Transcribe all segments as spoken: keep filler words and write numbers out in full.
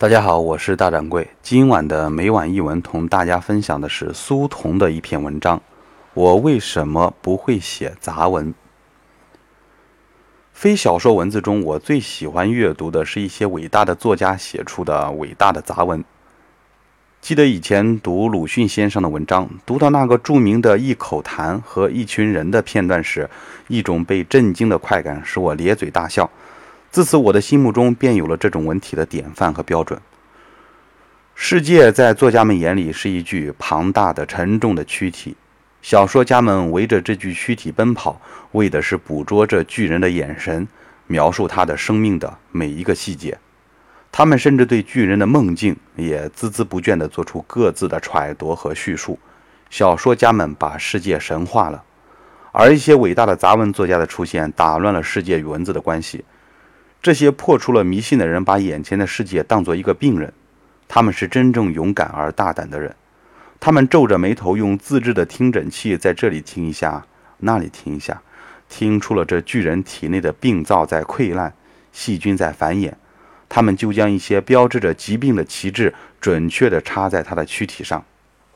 大家好，我是大掌柜。今晚的每晚一文同大家分享的是苏童的一篇文章。我为什么不会写杂文？非小说文字中，我最喜欢阅读的是一些伟大的作家写出的伟大的杂文。记得以前读鲁迅先生的文章，读到那个著名的一口痰和一群人的片段时，一种被震惊的快感使我咧嘴大笑。自此，我的心目中便有了这种文体的典范和标准。世界在作家们眼里是一具庞大的、沉重的躯体，小说家们围着这具躯体奔跑，为的是捕捉这巨人的眼神，描述他的生命的每一个细节。他们甚至对巨人的梦境也孜孜不倦地做出各自的揣度和叙述。小说家们把世界神化了，而一些伟大的杂文作家的出现，打乱了世界与文字的关系。这些破除了迷信的人把眼前的世界当作一个病人，他们是真正勇敢而大胆的人。他们皱着眉头，用自制的听诊器在这里听一下，那里听一下，听出了这巨人体内的病灶在溃烂，细菌在繁衍。他们就将一些标志着疾病的旗帜准确地插在他的躯体上。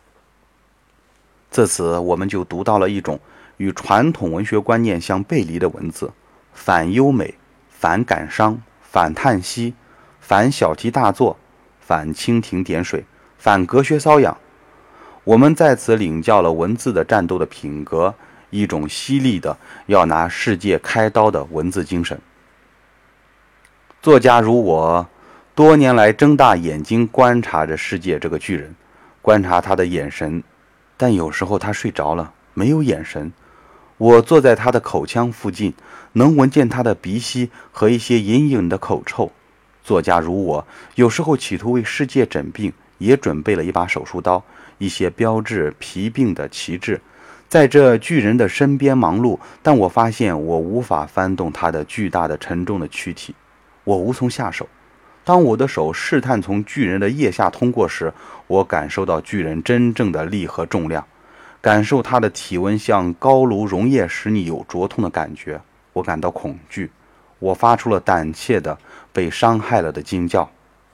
自此，我们就读到了一种与传统文学观念相背离的文字，反优美，反感伤，反叹息，反小题大做，反蜻蜓点水，反隔靴搔痒。我们在此领教了文字的战斗的品格，一种犀利的要拿世界开刀的文字精神。作家如我，多年来睁大眼睛观察着世界这个巨人，观察他的眼神，但有时候他睡着了，没有眼神。我坐在他的口腔附近，能闻见他的鼻息和一些隐隐的口臭。作家如我，有时候企图为世界诊病，也准备了一把手术刀，一些标志疲病的旗帜，在这巨人的身边忙碌，但我发现我无法翻动他的巨大的沉重的躯体，我无从下手。当我的手试探从巨人的腋下通过时，我感受到巨人真正的力和重量，感受他的体温像高炉溶液使你有灼痛的感觉。我感到恐惧，我发出了胆怯的被伤害了的惊叫。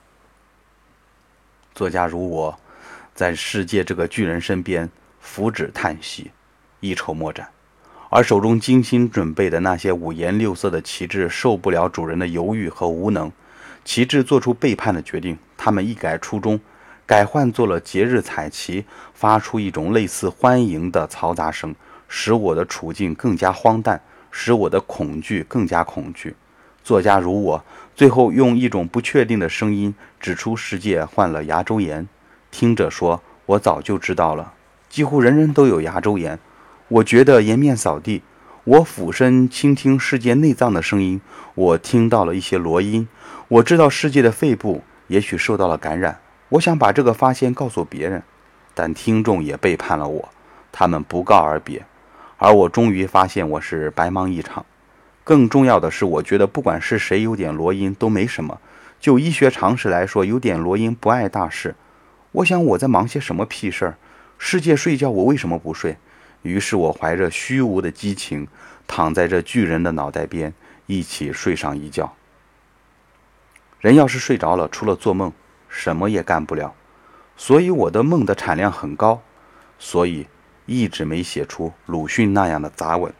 作家如我，在世界这个巨人身边俯指叹息，一筹莫展，而手中精心准备的那些五颜六色的旗帜受不了主人的犹豫和无能，旗帜做出背叛的决定，他们一改初衷，改换做了节日彩旗，发出一种类似欢迎的嘈杂声，使我的处境更加荒诞，使我的恐惧更加恐惧。作家如我，最后用一种不确定的声音指出世界患了牙周炎。听者说，我早就知道了，几乎人人都有牙周炎。我觉得颜面扫地，我俯身倾听世界内脏的声音，我听到了一些罗音，我知道世界的肺部也许受到了感染。我想把这个发现告诉别人，但听众也背叛了我，他们不告而别，而我终于发现我是白忙一场。更重要的是，我觉得不管是谁有点罗音都没什么，就医学常识来说，有点罗音不碍大事。我想我在忙些什么屁事儿？世界睡觉，我为什么不睡？于是我怀着虚无的激情，躺在这巨人的脑袋边，一起睡上一觉。人要是睡着了，除了做梦，什么也干不了。所以我的梦的产量很高，所以一直没写出鲁迅那样的杂文。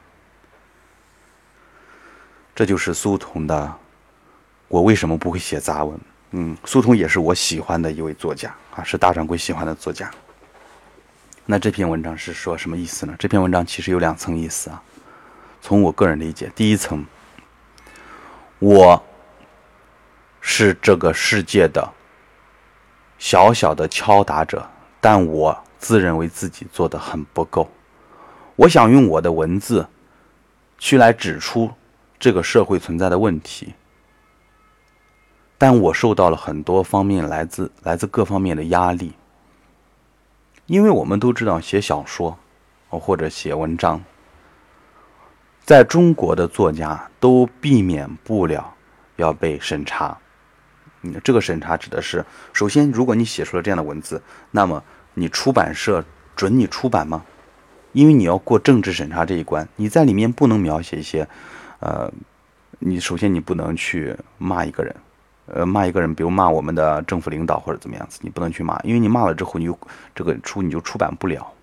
这就是苏童的我为什么不会写杂文。嗯，苏童也是我喜欢的一位作家啊，是大掌柜喜欢的作家。那这篇文章是说什么意思呢？这篇文章其实有两层意思啊。从我个人理解，第一层，我是这个世界的小小的敲打者，但我自认为自己做得很不够。我想用我的文字去来指出这个社会存在的问题，但我受到了很多方面来自来自各方面的压力。因为我们都知道写小说或者写文章，在中国的作家都避免不了要被审查。嗯，这个审查指的是，首先如果你写出了这样的文字，那么你出版社准你出版吗？因为你要过政治审查这一关，你在里面不能描写一些呃，你首先你不能去骂一个人， 呃，骂一个人，比如骂我们的政府领导或者怎么样子，你不能去骂，因为你骂了之后，你就这个书你就出版不了。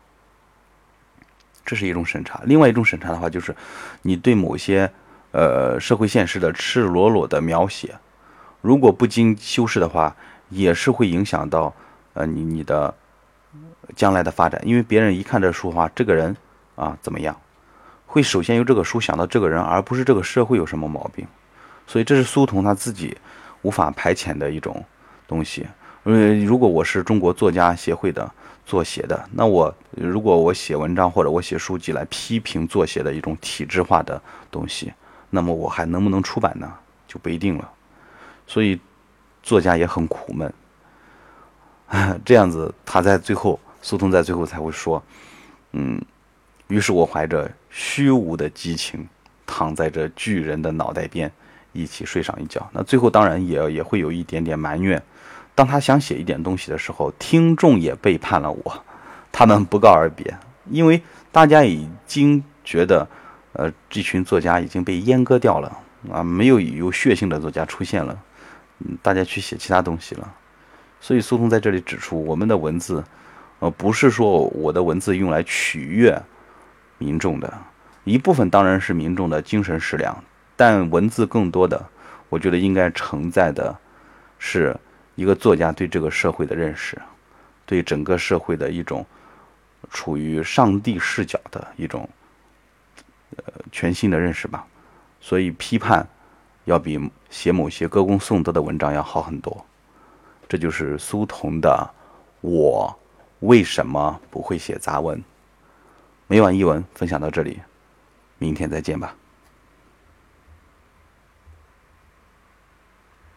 这是一种审查。另外一种审查的话，就是你对某些呃社会现实的赤裸裸的描写，如果不经修饰的话，也是会影响到呃你你的将来的发展。因为别人一看这书的话，这个人啊怎么样，会首先由这个书想到这个人，而不是这个社会有什么毛病。所以这是苏童他自己无法排遣的一种东西。呃，如果我是中国作家协会的作协的，那我如果我写文章或者我写书籍来批评作协的一种体制化的东西，那么我还能不能出版呢？就不一定了。所以作家也很苦闷。这样子，他在最后，苏童在最后才会说，嗯，于是我怀着虚无的激情，躺在这巨人的脑袋边，一起睡上一觉。那最后当然也也会有一点点埋怨，当他想写一点东西的时候，听众也背叛了我，他们不告而别，因为大家已经觉得，呃，这群作家已经被阉割掉了啊，没有有血性的作家出现了，嗯，大家去写其他东西了。所以苏童在这里指出，我们的文字，呃，不是说我的文字用来取悦民众的，一部分当然是民众的精神食粮，但文字更多的，我觉得应该承载的是一个作家对这个社会的认识，对整个社会的一种处于上帝视角的一种呃全新的认识吧。所以批判要比写某些歌功颂德的文章要好很多。这就是苏童的我为什么不会写杂文。每晚一文分享到这里，明天再见吧。